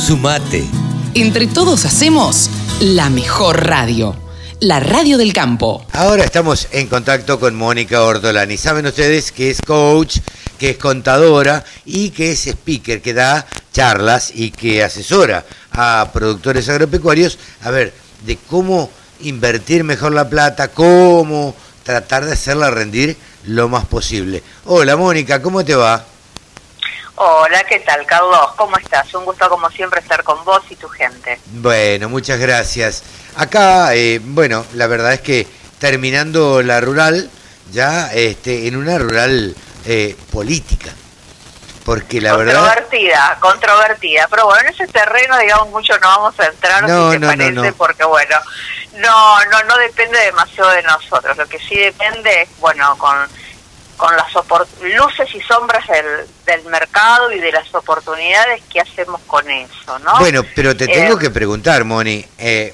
Sumate. Entre todos hacemos la mejor radio. La radio del campo. Ahora estamos en contacto con Mónica Ortolani. Saben ustedes que es coach, que es contadora y que es speaker, que da charlas y que asesora a productores agropecuarios, a ver, de cómo invertir mejor la plata, cómo tratar de hacerla rendir lo más posible. Hola Mónica, ¿cómo te va? Hola, ¿qué tal, Carlos? ¿Cómo estás? Un gusto como siempre estar con vos y tu gente. Bueno, muchas gracias. Acá, bueno, la verdad es que terminando la rural, ya en una rural política, porque la controvertida, pero bueno, en ese terreno, digamos, mucho no vamos a entrar, si te parece, no. Porque bueno, no depende demasiado de nosotros. Lo que sí depende es, bueno, con las luces y sombras del mercado y de las oportunidades que hacemos con eso, ¿no? Bueno, pero te tengo que preguntar, Moni, sí.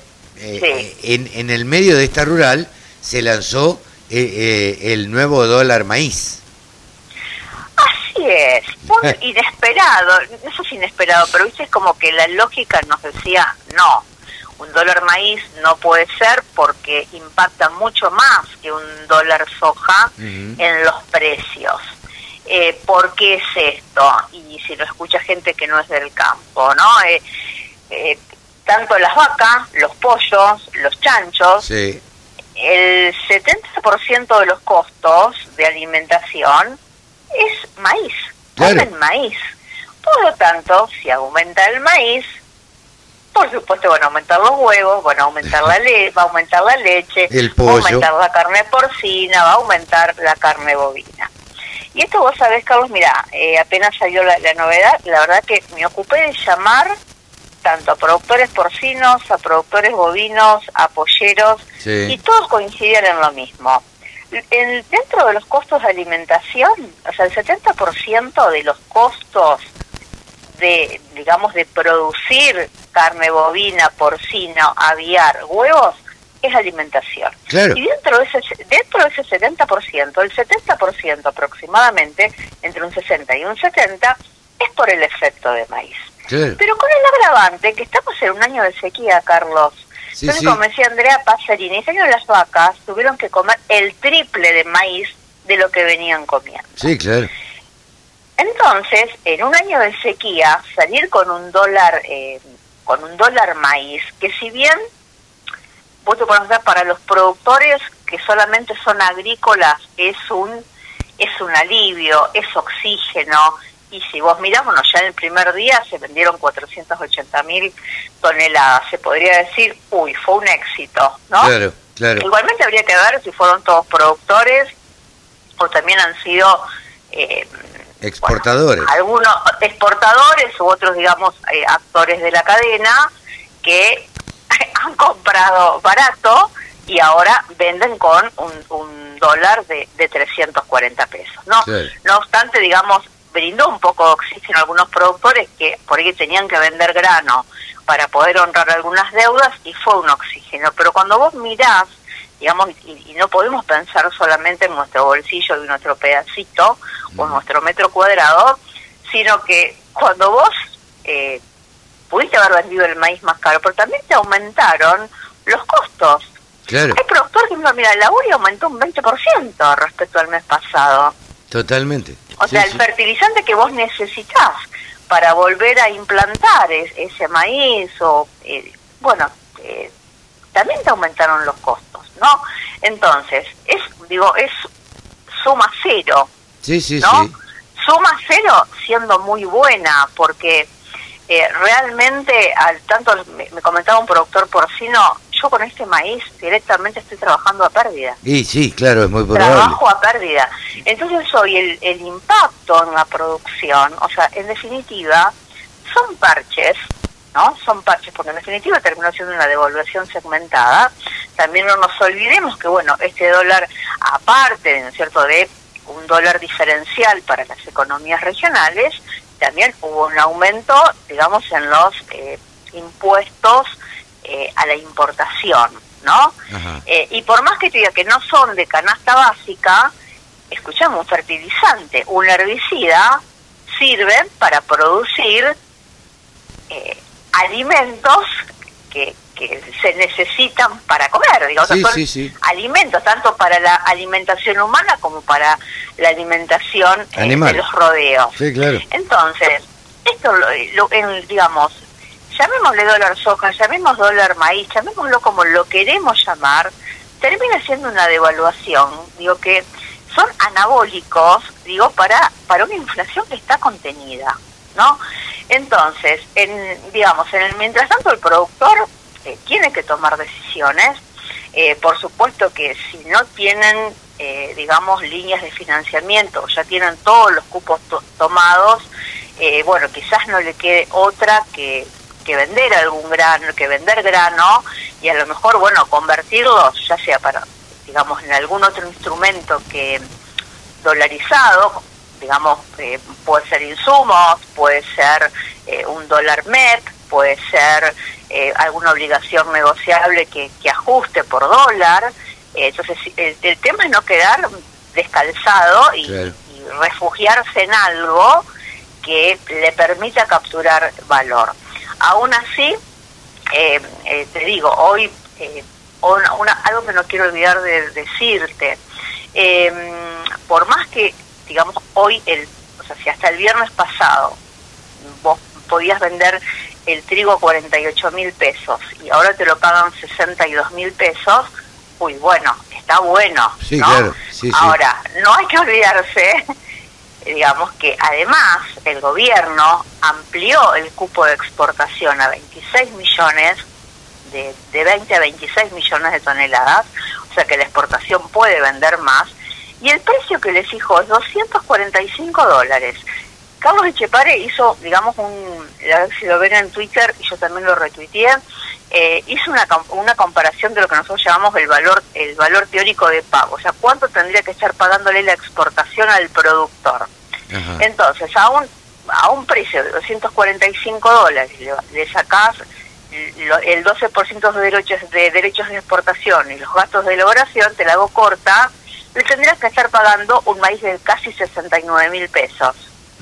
En el medio de esta rural se lanzó el nuevo dólar maíz. Así es, inesperado, eso es inesperado, pero viste, es como que la lógica nos decía, no, un dólar maíz no puede ser porque impacta mucho más que un dólar soja en los precios. ¿Por qué es esto? Y si lo escucha gente que no es del campo, ¿no? Tanto las vacas, los pollos, los chanchos, sí. El 70% de los costos de alimentación es maíz, comen maíz. Por lo tanto, si aumenta el maíz, por supuesto van a aumentar los huevos, van a aumentar va a aumentar la leche, el pollo, va a aumentar la carne porcina, va a aumentar la carne bovina. Y esto vos sabés, Carlos, mira, apenas salió la novedad, la verdad que me ocupé de llamar tanto a productores porcinos, a productores bovinos, a polleros, sí. Y todos coincidían en lo mismo. Dentro de los costos de alimentación, o sea, el 70% de los costos de, digamos, de producir carne bovina, porcina, aviar, huevos, es alimentación. Claro. Y dentro de ese 70%, el 70% aproximadamente, entre un 60 y un 70, es por el efecto de maíz. Claro. Pero con el agravante que estamos en un año de sequía, Carlos. Sí, entonces, sí. Como decía Andrea Pacerini, ese año las vacas tuvieron que comer el triple de maíz de lo que venían comiendo. Sí, claro. Entonces, en un año de sequía, salir con un dólar maíz, que si bien vos te podés dar para los productores que solamente son agrícolas, es un alivio, es oxígeno. Y si vos mirás, bueno, ya en el primer día se vendieron 480.000 toneladas. Se podría decir, fue un éxito, ¿no? Claro, claro. Igualmente habría que ver si fueron todos productores o también han sido exportadores. Bueno, algunos exportadores u otros, digamos, actores de la cadena que han comprado barato y ahora venden con un dólar de 340 pesos, ¿no? Claro. No obstante, digamos, brindó un poco de oxígeno a algunos productores que por ahí tenían que vender grano para poder honrar algunas deudas y fue un oxígeno. Pero cuando vos mirás, digamos, y no podemos pensar solamente en nuestro bolsillo y nuestro pedacito o en nuestro metro cuadrado, sino que cuando vos pudiste haber vendido el maíz más caro, pero también te aumentaron los costos. Claro. Hay productores que, mira, la urea aumentó un 20% respecto al mes pasado. Totalmente. O sea, el fertilizante que vos necesitás para volver a implantar ese maíz también te aumentaron los costos, ¿no? Entonces, es suma cero, sí, ¿no? Sí. Suma cero siendo muy buena, porque realmente, me comentaba un productor porcino, yo con este maíz directamente estoy trabajando a pérdida. Y sí, claro, es muy probable. Trabajo a pérdida. Entonces hoy el impacto en la producción, o sea, en definitiva, son parches, ¿no? Son parches, porque en definitiva terminó siendo una devaluación segmentada. También no nos olvidemos que, bueno, este dólar, aparte, ¿no es cierto?, de un dólar diferencial para las economías regionales, también hubo un aumento, digamos, en los impuestos a la importación, ¿no? Y por más que te diga que no son de canasta básica, escuchamos, un fertilizante, un herbicida, sirven para producir alimentos que se necesitan para comer, digamos, Sí, son sí. alimentos tanto para la alimentación humana como para la alimentación de los rodeos. Sí, claro. Entonces, esto, digamos, llamémosle dólar soja, llamemos dólar maíz, llamémoslo como lo queremos llamar, termina siendo una devaluación, digo, que son anabólicos, digo, para una inflación que está contenida, ¿no? Entonces, mientras tanto el productor tiene que tomar decisiones. Por supuesto que si no tienen, digamos, líneas de financiamiento, ya tienen todos los cupos tomados, bueno, quizás no le quede otra que vender algún grano, que vender grano, y a lo mejor, bueno, convertirlos, ya sea para, digamos, en algún otro instrumento que dolarizado, digamos, puede ser insumos, puede ser un dólar MEP, puede ser alguna obligación negociable que ajuste por dólar. Entonces, el tema es no quedar descalzado y refugiarse en algo que le permita capturar valor. Aún así, te digo, hoy, algo que no quiero olvidar de decirte, por más que, digamos, hoy, o sea, si hasta el viernes pasado vos podías vender el trigo a 48.000 pesos y ahora te lo pagan 62.000 pesos, uy, bueno, está bueno, sí, ¿no? Claro, sí, ahora, no hay que olvidarse, digamos, que además el gobierno amplió el cupo de exportación a 26 millones, de 20 a 26 millones de toneladas, o sea que la exportación puede vender más, y el precio que le fijó es $245. Carlos Echepare hizo, digamos, a ver si lo ven en Twitter, y yo también lo retuiteé, hizo una comparación de lo que nosotros llamamos el valor teórico de pago, o sea, cuánto tendría que estar pagándole la exportación al productor. Ajá. Entonces, a un precio de $245 le sacás el 12% de derechos de exportación y los gastos de elaboración, te la hago corta, le tendrías que estar pagando un maíz de casi 69.000 pesos.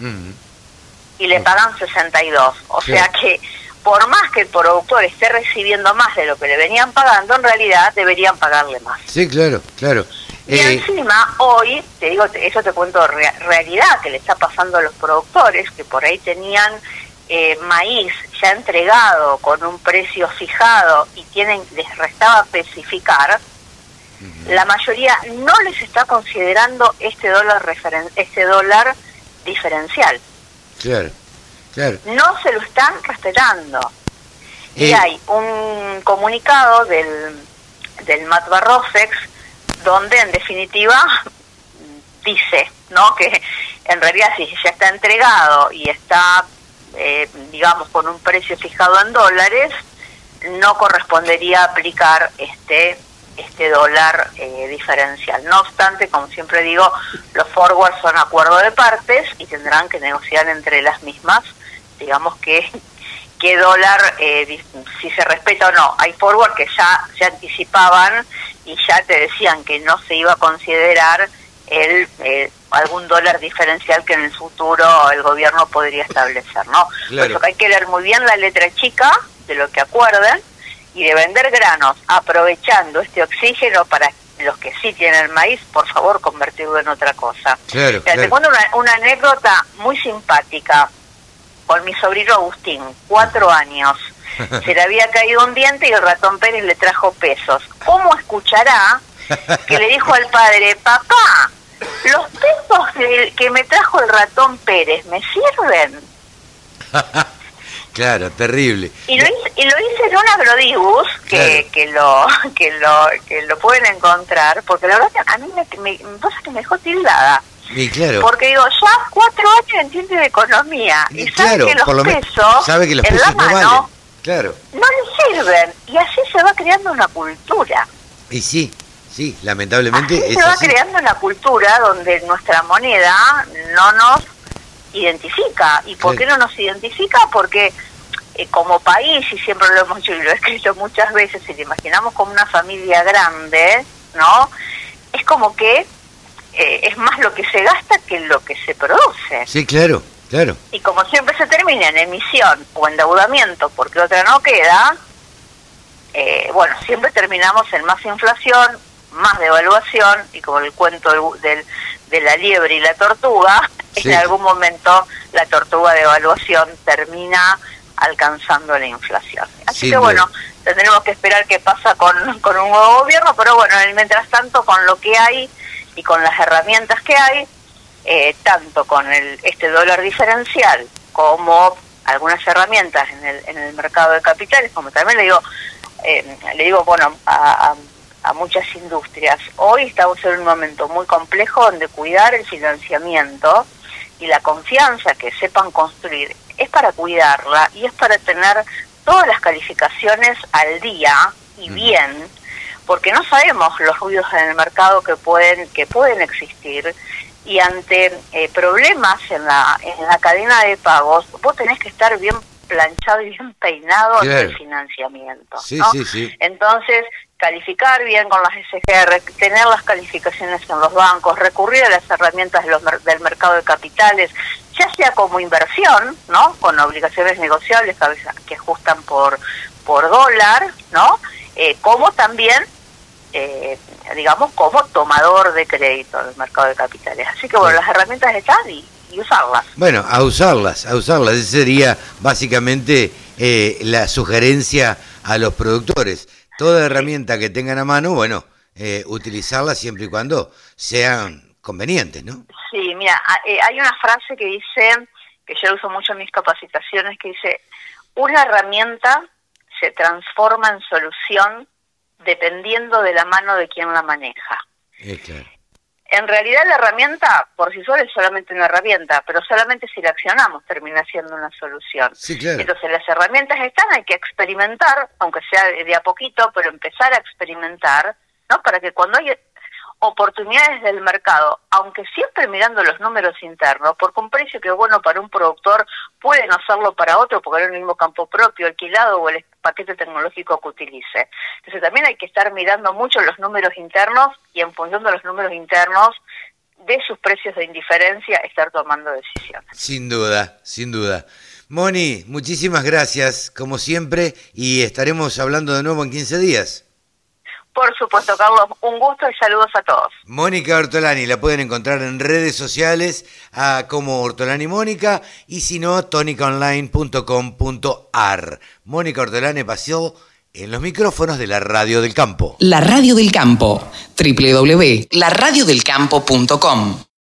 Y le pagan 62. O sea que, por más que el productor esté recibiendo más de lo que le venían pagando, en realidad deberían pagarle más. Sí, claro. Y encima, hoy, te digo, eso te cuento realidad que le está pasando a los productores, que por ahí tenían maíz ya entregado con un precio fijado y les restaba especificar. La mayoría no les está considerando este dólar diferencial. Claro. No se lo están respetando. Y hay un comunicado del Matbarrofex donde en definitiva dice, ¿no?, que en realidad si ya está entregado y está, digamos, con un precio fijado en dólares, no correspondería aplicar este dólar diferencial. No obstante, como siempre digo, los forwards son acuerdo de partes y tendrán que negociar entre las mismas, digamos, qué dólar, si se respeta o no. Hay forward que ya anticipaban y ya te decían que no se iba a considerar algún dólar diferencial que en el futuro el gobierno podría establecer, ¿no? Claro. Por eso que hay que leer muy bien la letra chica de lo que acuerden, y de vender granos aprovechando este oxígeno para los que sí tienen maíz, por favor, convertirlo en otra cosa. Claro. Te cuento una anécdota muy simpática con mi sobrino Agustín, 4 años. Se le había caído un diente y el ratón Pérez le trajo pesos. ¿Cómo escuchará que le dijo al padre, papá, los pesos que me trajo el ratón Pérez, ¿me sirven? Claro, terrible. Y lo hice en un agrodibus que lo pueden encontrar, porque la verdad que a mí me pasa que me dejó tildada. Y claro. Porque digo, ya 4 años entiende de economía y sabe que los pesos en la mano claro, no le sirven, y así se va creando una cultura. Y sí, lamentablemente así se va creando una cultura donde nuestra moneda no nos identifica. ¿Y por qué no nos identifica? Porque como país, y siempre lo hemos dicho y lo he escrito muchas veces, si lo imaginamos como una familia grande, ¿no? Es como que es más lo que se gasta que lo que se produce. Sí, claro. Claro. Y como siempre se termina en emisión o endeudamiento porque otra no queda, bueno, siempre terminamos en más inflación, más devaluación, y como el cuento de la liebre y la tortuga, sí, en algún momento la tortuga de devaluación termina alcanzando la inflación. Así que bueno, tendremos que esperar qué pasa con un nuevo gobierno, pero bueno, mientras tanto, con lo que hay y con las herramientas que hay, tanto con este dólar diferencial como algunas herramientas en el mercado de capitales, como también le digo bueno, a muchas industrias, hoy estamos en un momento muy complejo donde cuidar el financiamiento y la confianza que sepan construir es para cuidarla y es para tener todas las calificaciones al día y bien, porque no sabemos los ruidos en el mercado que pueden existir, y ante problemas en la cadena de pagos, vos tenés que estar bien planchado y bien peinado en el financiamiento, sí, ¿no? Sí. Entonces, calificar bien con las SGR, tener las calificaciones en los bancos, recurrir a las herramientas del mercado de capitales, ya sea como inversión, ¿no? Con obligaciones negociables que ajustan por dólar, ¿no? Como también, digamos, como tomador de crédito del mercado de capitales. Así que bueno, las herramientas están y usarlas. Bueno, a usarlas. Esa sería básicamente la sugerencia a los productores. Toda herramienta que tengan a mano, bueno, utilizarla siempre y cuando sean convenientes, ¿no? Sí, mira, hay una frase que dice, que yo uso mucho en mis capacitaciones, que dice: una herramienta se transforma en solución dependiendo de la mano de quien la maneja. Claro. En realidad la herramienta por sí sola es solamente una herramienta, pero solamente si la accionamos termina siendo una solución. Sí, claro. Entonces las herramientas están, hay que experimentar, aunque sea de a poquito, pero empezar a experimentar, ¿no? Para que cuando hay oportunidades del mercado, aunque siempre mirando los números internos, porque un precio que es bueno para un productor puede no serlo para otro, porque no es el mismo campo propio, alquilado o el paquete tecnológico que utilice. Entonces también hay que estar mirando mucho los números internos y en función de los números internos de sus precios de indiferencia estar tomando decisiones. Sin duda, sin duda. Moni, muchísimas gracias, como siempre, y estaremos hablando de nuevo en 15 días. Por supuesto, Carlos, un gusto y saludos a todos. Mónica Ortolani, la pueden encontrar en redes sociales como Ortolani Mónica, y si no, tonicaonline.com.ar. Mónica Ortolani pasó en los micrófonos de la Radio del Campo. La Radio del Campo, www.laradiodelcampo.com.